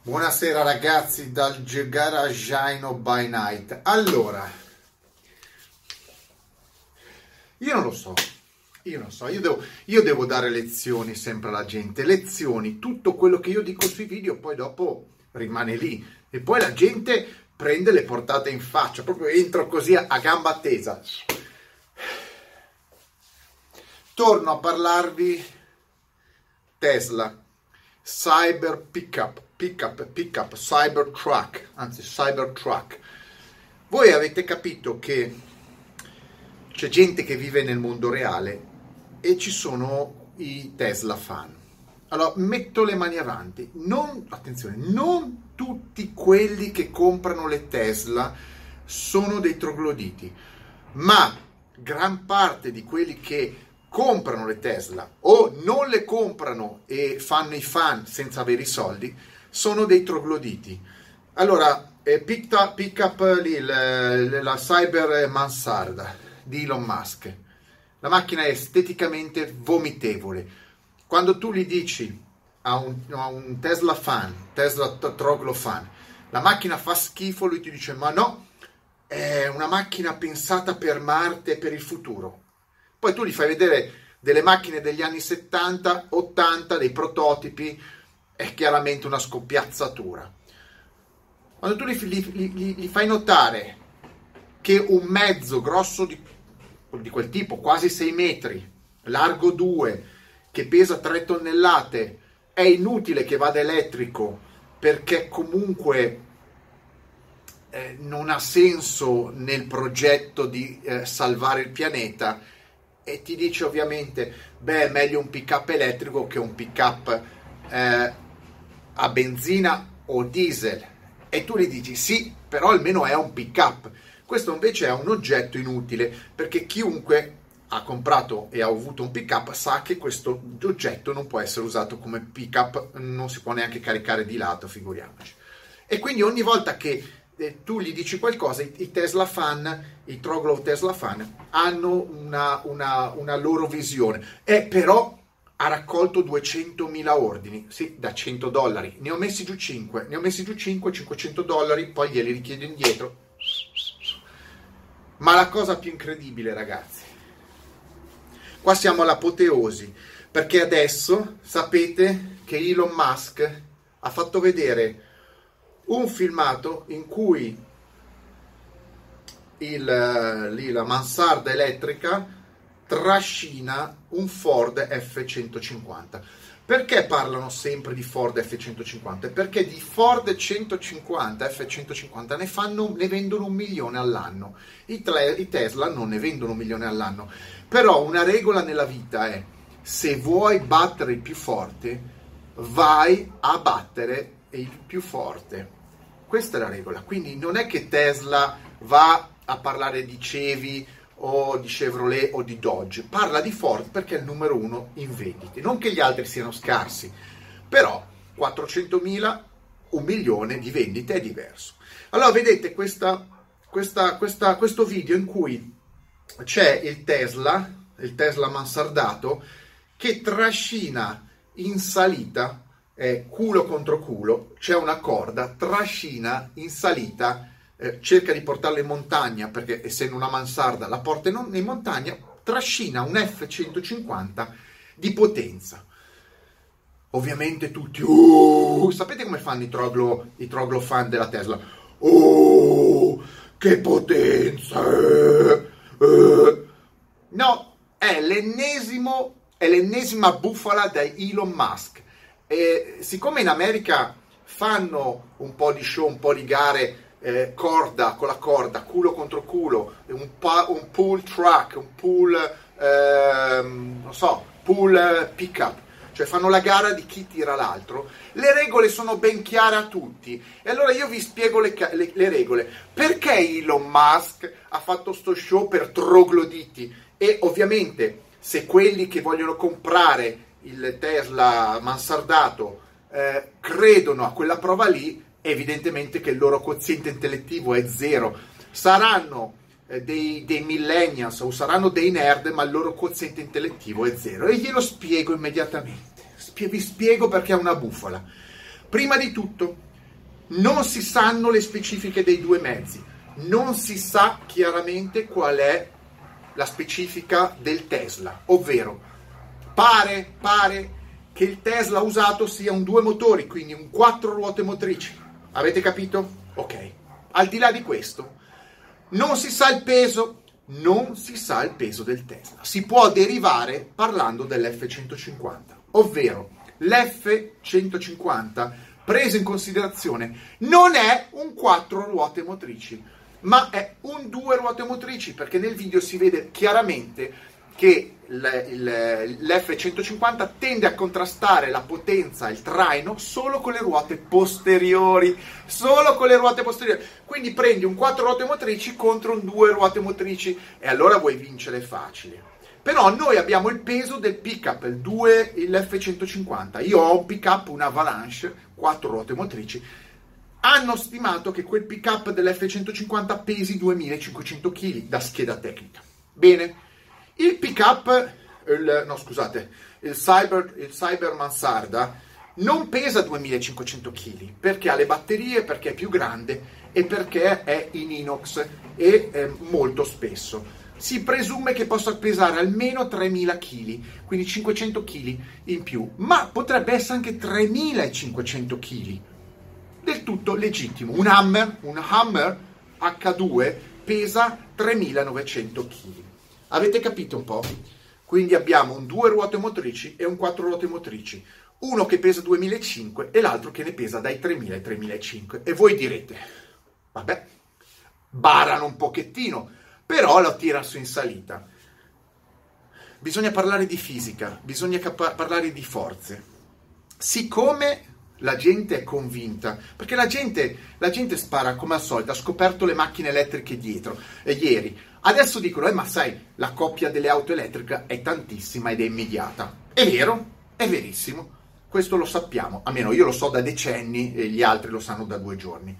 Buonasera ragazzi dal Garageino by Night. Allora, io non so, io devo dare lezioni sempre alla gente, lezioni, tutto quello che io dico sui video poi dopo rimane lì e poi la gente prende le portate in faccia, proprio entro così a gamba tesa. Torno a parlarvi Tesla, Cyber Pickup, Cybertruck. Voi avete capito che c'è gente che vive nel mondo reale e ci sono i Tesla fan. Allora, metto le mani avanti. Attenzione, non tutti quelli che comprano le Tesla sono dei trogloditi, ma gran parte di quelli che comprano le Tesla o non le comprano e fanno i fan senza avere i soldi sono dei trogloditi. Allora, pick up lì, la Cyber Mansarda di Elon Musk. La macchina è esteticamente vomitevole. Quando tu gli dici a un Tesla fan, Tesla troglo fan, la macchina fa schifo, lui ti dice ma no, è una macchina pensata per Marte e per il futuro. Poi tu gli fai vedere delle macchine degli anni 70, 80, dei prototipi, è chiaramente una scoppiazzatura. Quando tu gli fai notare che un mezzo grosso di quel tipo, quasi 6 metri, largo 2, che pesa 3 tonnellate, è inutile che vada elettrico perché comunque non ha senso nel progetto di salvare il pianeta, e ti dice ovviamente beh, è meglio un pick up elettrico che un pick up a benzina o diesel, e tu gli dici sì, però almeno è un pick up. Questo invece è un oggetto inutile, perché chiunque ha comprato e ha avuto un pick up sa che questo oggetto non può essere usato come pick up, non si può neanche caricare di lato, figuriamoci. E quindi ogni volta che tu gli dici qualcosa, i Tesla fan, i troglo Tesla fan hanno una loro visione, e però ha raccolto 200.000 ordini, sì, da $100, ne ho messi giù 5, $500, poi glieli richiedo indietro. Ma la cosa più incredibile, ragazzi, qua siamo all'apoteosi, perché adesso sapete che Elon Musk ha fatto vedere un filmato in cui la mansarda elettrica trascina un Ford F-150. Perché parlano sempre di Ford F-150? Perché di Ford 150, F-150 ne vendono 1 milione all'anno. I Tesla non ne vendono 1 milione all'anno. Però una regola nella vita è: se vuoi battere il più forte, vai a battere il più forte. Questa è la regola. Quindi non è che Tesla va a parlare di Chevy o di Chevrolet o di Dodge, parla di Ford perché è il numero 1 in vendite. Non che gli altri siano scarsi, però 400.000, 1 milione di vendite è diverso. Allora vedete questo video in cui c'è il Tesla mansardato che trascina in salita, culo contro culo, c'è una corda, trascina in salita, cerca di portarlo in montagna, perché essendo una mansarda la porta in montagna, trascina un F-150 di potenza. Ovviamente tutti, sapete come fanno i troglo fan della Tesla? Che potenza! No, è l'ennesima bufala da Elon Musk. E siccome in America fanno un po' di show, un po' di gare, corda con la corda, culo contro culo, un pull truck, un pull pick up, cioè fanno la gara di chi tira l'altro, le regole sono ben chiare a tutti. E allora io vi spiego le regole. Perché Elon Musk ha fatto sto show per trogloditi? E ovviamente se quelli che vogliono comprare il Tesla mansardato credono a quella prova lì, evidentemente che il loro quoziente intellettivo è 0. Saranno dei millennials o saranno dei nerd, ma il loro quoziente intellettivo è 0. E glielo spiego immediatamente. Vi spiego perché è una bufala. Prima di tutto, Non si sanno le specifiche dei due mezzi, non si sa chiaramente qual è la specifica del Tesla, ovvero pare che il Tesla usato sia un 2 motori, quindi un 4 ruote motrici. Avete capito? Ok. Al di là di questo, non si sa il peso del Tesla. Si può derivare parlando dell'F-150, ovvero l'F-150 preso in considerazione non è un 4 ruote motrici, ma è un 2 ruote motrici, perché nel video si vede chiaramente che l'F-150 tende a contrastare la potenza, il traino, solo con le ruote posteriori, quindi prendi un 4 ruote motrici contro un 2 ruote motrici e allora vuoi vincere facile. Però noi abbiamo il peso del pickup, l'F-150, io ho un pickup, un Avalanche, 4 ruote motrici, hanno stimato che quel pickup dell'F-150 pesi 2500 kg da scheda tecnica. Bene. Il pickup, il Cyber Mansarda non pesa 2500 kg perché ha le batterie, perché è più grande e perché è in inox e molto spesso. Si presume che possa pesare almeno 3000 kg, quindi 500 kg in più, ma potrebbe essere anche 3500 kg. Del tutto legittimo. Un Hammer H2 pesa 3900 kg. Avete capito un po'? Quindi abbiamo un 2 ruote motrici e un 4 ruote motrici, uno che pesa 2500 e l'altro che ne pesa dai 3000 ai 3500. E voi direte, vabbè, barano un pochettino, però lo tira su in salita. Bisogna parlare di fisica, bisogna parlare di forze. Siccome la gente è convinta, perché la gente spara come al solito, ha scoperto le macchine elettriche dietro, ieri. Adesso dicono, ma sai, la coppia delle auto elettriche è tantissima ed è immediata. È vero, è verissimo, questo lo sappiamo, almeno io lo so da decenni e gli altri lo sanno da 2 giorni.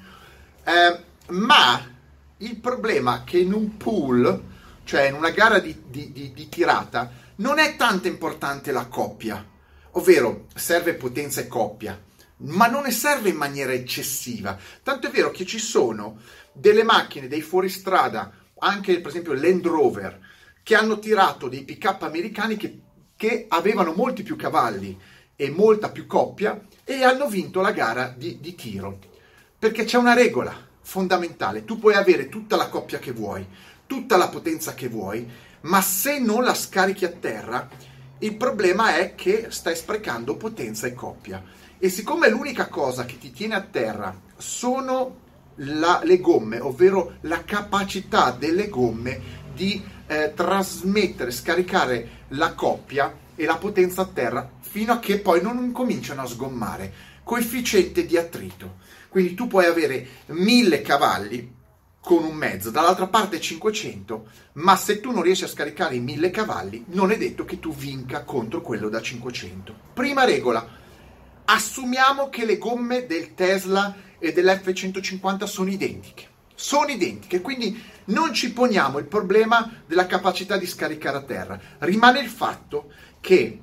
Ma il problema è che in un pool, cioè in una gara di tirata, non è tanto importante la coppia, ovvero serve potenza e coppia, ma non ne serve in maniera eccessiva. Tanto è vero che ci sono delle macchine, dei fuoristrada, anche per esempio Land Rover, che hanno tirato dei pick-up americani che avevano molti più cavalli e molta più coppia e hanno vinto la gara di tiro. Perché c'è una regola fondamentale: tu puoi avere tutta la coppia che vuoi, tutta la potenza che vuoi, ma se non la scarichi a terra, il problema è che stai sprecando potenza e coppia. E siccome l'unica cosa che ti tiene a terra sono le gomme, ovvero la capacità delle gomme di trasmettere, scaricare la coppia e la potenza a terra fino a che poi non cominciano a sgommare, coefficiente di attrito. Quindi tu puoi avere 1000 cavalli con un mezzo, dall'altra parte 500, ma se tu non riesci a scaricare i 1000 cavalli, non è detto che tu vinca contro quello da 500. Prima regola: assumiamo che le gomme del Tesla e dell'F-150 sono identiche, quindi non ci poniamo il problema della capacità di scaricare a terra. Rimane il fatto che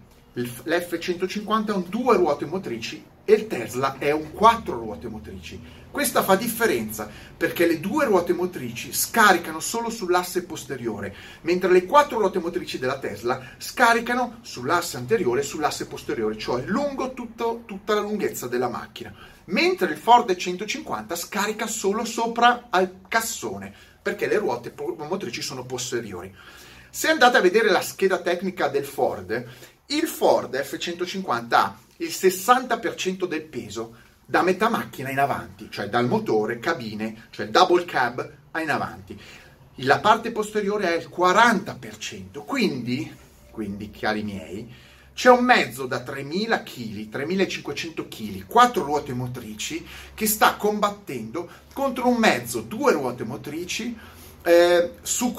l'F-150 è un 2 ruote motrici e il Tesla è un 4 ruote motrici. Questa fa differenza perché le 2 ruote motrici scaricano solo sull'asse posteriore, mentre le 4 ruote motrici della Tesla scaricano sull'asse anteriore e sull'asse posteriore, cioè lungo tutta la lunghezza della macchina. Mentre il Ford 150 scarica solo sopra al cassone, perché le ruote motrici sono posteriori. Se andate a vedere la scheda tecnica del Ford, il Ford F-150 ha il 60% del peso da metà macchina in avanti, cioè dal motore, cabine, cioè il double cab in avanti. La parte posteriore è il 40%, quindi, cari miei, c'è un mezzo da 3000 kg, 3500 kg, 4 ruote motrici, che sta combattendo contro un mezzo 2 ruote motrici, le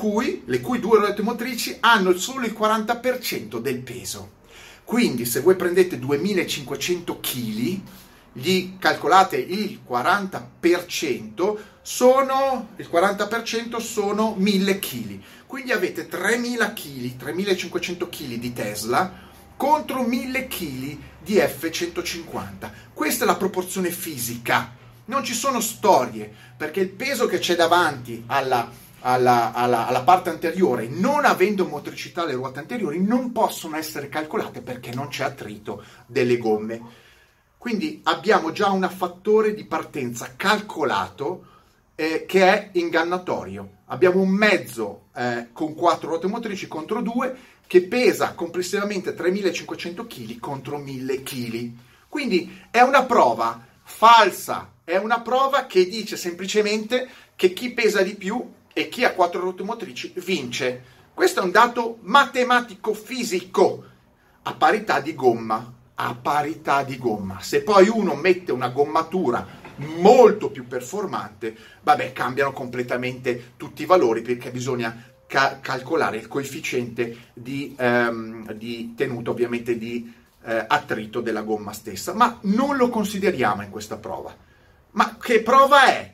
cui 2 ruote motrici hanno solo il 40% del peso. Quindi se voi prendete 2500 kg, gli calcolate il 40%, sono 1000 kg. Quindi avete 3000 kg, 3500 kg di Tesla contro 1000 kg di F-150. Questa è la proporzione fisica. non ci sono storie, perché il peso che c'è davanti alla parte anteriore, non avendo motricità le ruote anteriori, non possono essere calcolate perché non c'è attrito delle gomme. Quindi abbiamo già un fattore di partenza calcolato che è ingannatorio. Abbiamo un mezzo con 4 ruote motrici contro 2 che pesa complessivamente 3.500 kg contro 1.000 kg. Quindi è una prova falsa, è una prova che dice semplicemente che chi pesa di più e chi ha 4 ruote motrici vince. Questo è un dato matematico-fisico a parità di gomma. A parità di gomma. Se poi uno mette una gommatura molto più performante, vabbè, cambiano completamente tutti i valori, perché bisogna calcolare il coefficiente di tenuta, ovviamente di attrito della gomma stessa, ma non lo consideriamo in questa prova. Ma che prova è?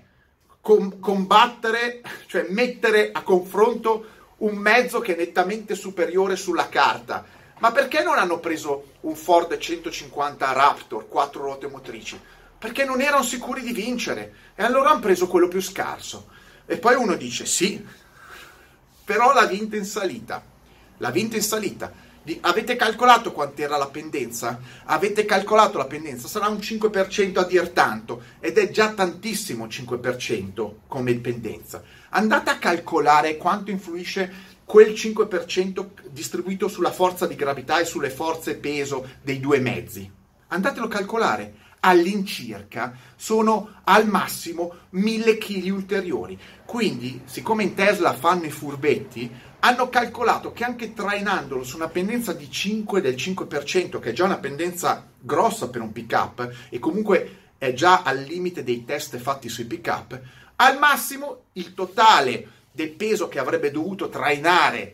Combattere, cioè mettere a confronto un mezzo che è nettamente superiore sulla carta. Ma perché non hanno preso un Ford 150 Raptor, 4 ruote motrici? Perché non erano sicuri di vincere, e allora hanno preso quello più scarso. E poi uno dice sì, però l'ha vinta in salita. L'ha vinta in salita. Avete calcolato quant'era la pendenza? Avete calcolato la pendenza? Sarà un 5% a dir tanto, ed è già tantissimo 5% come pendenza. Andate a calcolare quanto influisce quel 5% distribuito sulla forza di gravità e sulle forze peso dei due mezzi. Andatelo a calcolare. All'incirca sono al massimo 1.000 kg ulteriori. Quindi, siccome in Tesla fanno i furbetti, hanno calcolato che anche trainandolo su una pendenza del 5%, che è già una pendenza grossa per un pick-up, e comunque è già al limite dei test fatti sui pick-up, al massimo il totale del peso che avrebbe dovuto trainare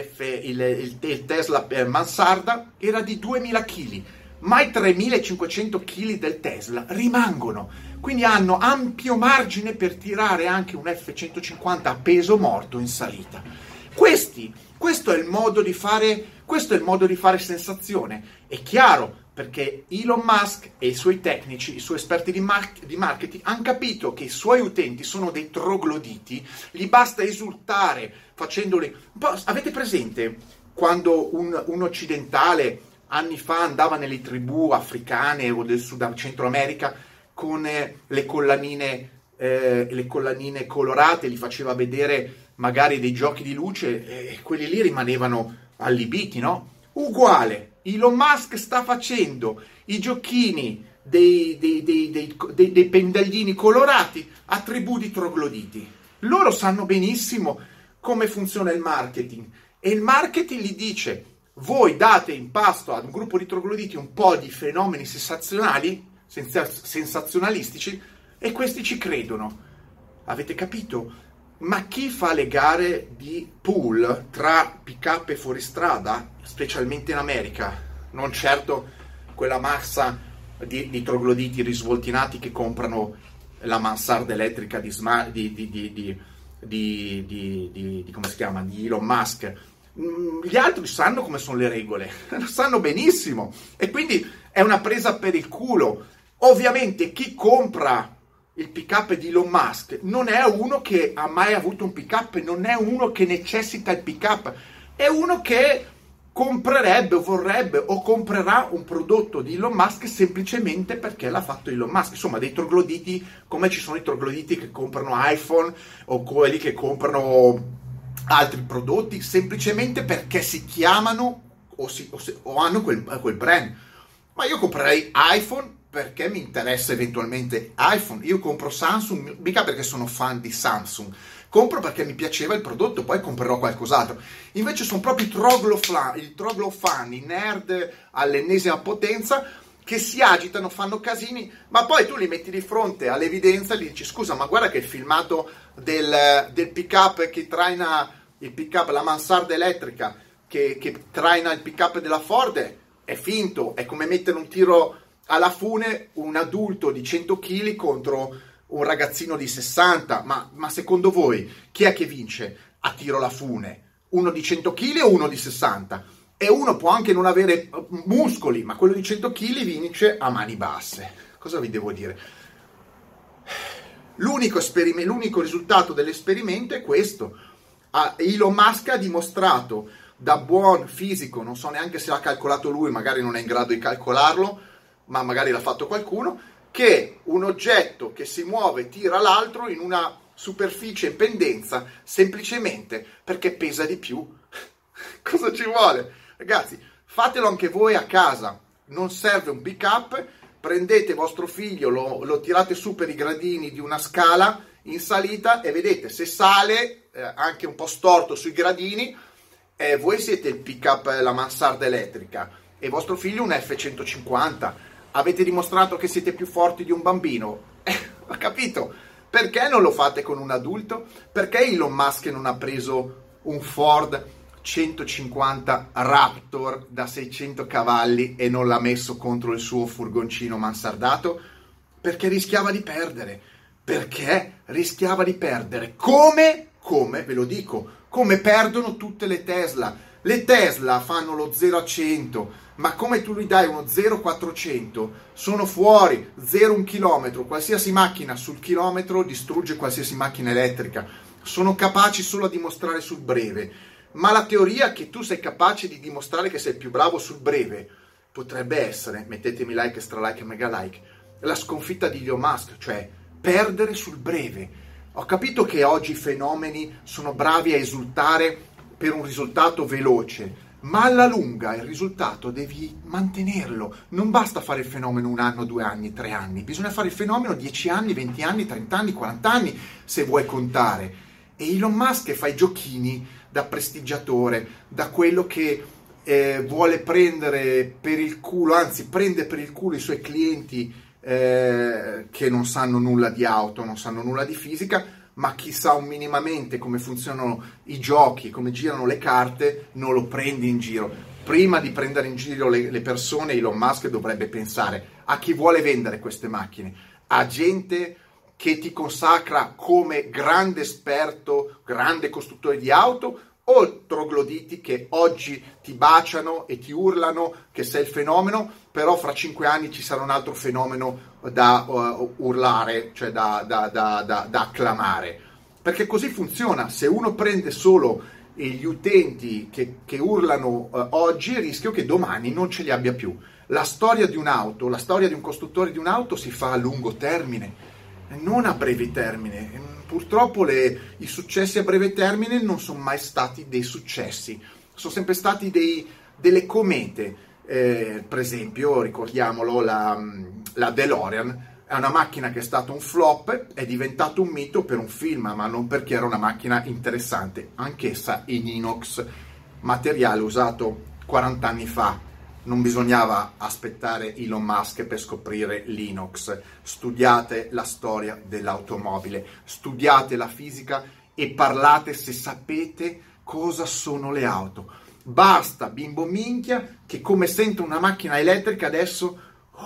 il Tesla mansarda era di 2.000 kg, ma i 3.500 kg del Tesla rimangono, quindi hanno ampio margine per tirare anche un F-150 a peso morto in salita. Questo è il modo di fare sensazione. È chiaro, perché Elon Musk e i suoi tecnici, i suoi esperti di marketing hanno capito che i suoi utenti sono dei trogloditi, gli basta esultare facendoli. Avete presente quando un occidentale anni fa andava nelle tribù africane o del Sud Centro America con le collanine colorate, gli faceva vedere magari dei giochi di luce e quelli lì rimanevano allibiti, no? Uguale. Elon Musk sta facendo i giochini dei pendaglini colorati a tribù di trogloditi. Loro sanno benissimo come funziona il marketing, e il marketing gli dice: voi date in pasto ad un gruppo di trogloditi un po' di fenomeni sensazionalistici e questi ci credono. Avete capito? Ma chi fa le gare di pool tra pick-up e fuoristrada, specialmente in America? Non certo quella massa di trogloditi risvoltinati che comprano la mansarda elettrica di come si chiama? Di Elon Musk. Gli altri sanno come sono le regole, lo sanno benissimo, e quindi è una presa per il culo. Ovviamente chi compra il pick-up di Elon Musk non è uno che ha mai avuto un pick-up, non è uno che necessita il pick-up, è uno che comprerebbe o vorrebbe o comprerà un prodotto di Elon Musk semplicemente perché l'ha fatto Elon Musk. Insomma, dei trogloditi, come ci sono i trogloditi che comprano iPhone o quelli che comprano altri prodotti semplicemente perché si chiamano o hanno quel brand. Ma io comprerei iPhone perché mi interessa eventualmente iPhone. Io compro Samsung mica perché sono fan di Samsung, compro perché mi piaceva il prodotto, poi comprerò qualcos'altro. Invece sono proprio i troglofan, i nerd all'ennesima potenza, che si agitano, fanno casini, ma poi tu li metti di fronte all'evidenza e gli dici: scusa, ma guarda che il filmato del pick-up che traina il pick-up, la mansarda elettrica che traina il pick-up della Ford è finto, è come mettere un tiro alla fune un adulto di 100 kg contro un ragazzino di 60. Ma secondo voi chi è che vince a tiro alla fune? Uno di 100 kg o uno di 60? E uno può anche non avere muscoli, ma quello di 100 kg vince a mani basse. Cosa vi devo dire? L'unico risultato dell'esperimento è questo. Elon Musk ha dimostrato, da buon fisico, non so neanche se l'ha calcolato lui, magari non è in grado di calcolarlo, ma magari l'ha fatto qualcuno, che un oggetto che si muove tira l'altro in una superficie in pendenza semplicemente perché pesa di più. Cosa ci vuole? Ragazzi, fatelo anche voi a casa, non serve un pick up, prendete vostro figlio, lo tirate su per i gradini di una scala in salita e vedete, se sale anche un po' storto sui gradini, voi siete il pick up, la mansarda elettrica, e vostro figlio un F150. Avete dimostrato che siete più forti di un bambino. Ho capito. Perché non lo fate con un adulto? Perché Elon Musk non ha preso un Ford 150 Raptor da 600 cavalli e non l'ha messo contro il suo furgoncino mansardato? Perché rischiava di perdere. Perché rischiava di perdere. Come, ve lo dico, come perdono tutte le Tesla. Le Tesla fanno lo 0 a 100, ma come tu gli dai uno 0-400, sono fuori, 0-1 chilometro, qualsiasi macchina sul chilometro distrugge qualsiasi macchina elettrica. Sono capaci solo a dimostrare sul breve, ma la teoria che tu sei capace di dimostrare che sei più bravo sul breve potrebbe essere, mettetemi like, stra like e mega like, la sconfitta di Elon Musk, cioè perdere sul breve. Ho capito che oggi i fenomeni sono bravi a esultare per un risultato veloce, ma alla lunga il risultato devi mantenerlo. Non basta fare il fenomeno 1 anno, 2 anni, 3 anni, bisogna fare il fenomeno 10 anni, 20 anni, 30 anni, 40 anni se vuoi contare. E Elon Musk fa i giochini da prestigiatore, da quello che vuole prendere per il culo, anzi prende per il culo i suoi clienti che non sanno nulla di auto, non sanno nulla di fisica, ma chi sa un minimamente come funzionano i giochi, come girano le carte, non lo prendi in giro. Prima di prendere in giro le persone, Elon Musk dovrebbe pensare a chi vuole vendere queste macchine, a gente che ti consacra come grande esperto, grande costruttore di auto, o trogloditi che oggi ti baciano e ti urlano che sei il fenomeno, però fra 5 anni ci sarà un altro fenomeno da urlare, cioè da acclamare. Perché così funziona. Se uno prende solo gli utenti che urlano oggi, il rischio che domani non ce li abbia più. La storia di un'auto, la storia di un costruttore di un'auto si fa a lungo termine, non a breve termine. Purtroppo i successi a breve termine non sono mai stati dei successi, sono sempre stati delle comete. Per esempio, ricordiamolo, la DeLorean è una macchina che è stata un flop, è diventato un mito per un film, ma non perché era una macchina interessante, anch'essa in inox, materiale usato 40 anni fa. Non bisognava aspettare Elon Musk per scoprire l'inox. Studiate la storia dell'automobile, studiate la fisica e parlate se sapete cosa sono le auto. Basta, bimbo minchia, che come sento una macchina elettrica adesso...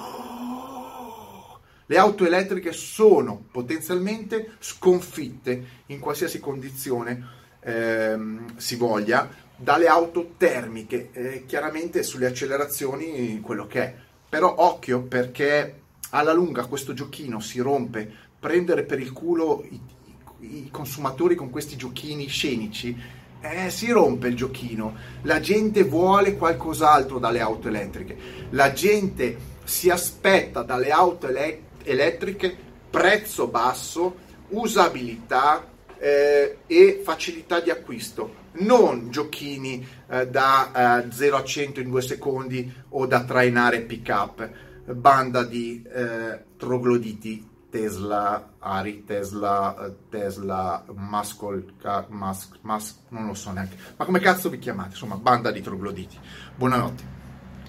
Le auto elettriche sono potenzialmente sconfitte in qualsiasi condizione si voglia dalle auto termiche, chiaramente sulle accelerazioni quello che è. Però occhio, perché alla lunga questo giochino si rompe. Prendere per il culo i consumatori con questi giochini scenici, si rompe il giochino. La gente vuole qualcos'altro dalle auto elettriche, la gente si aspetta dalle auto elettriche prezzo basso, usabilità e facilità di acquisto, non giochini da 0 a 100 in 2 secondi o da trainare pick up. Banda di trogloditi Tesla, Ari, Tesla, Musk, non lo so neanche, ma come cazzo vi chiamate? Insomma, banda di trogloditi. Buonanotte.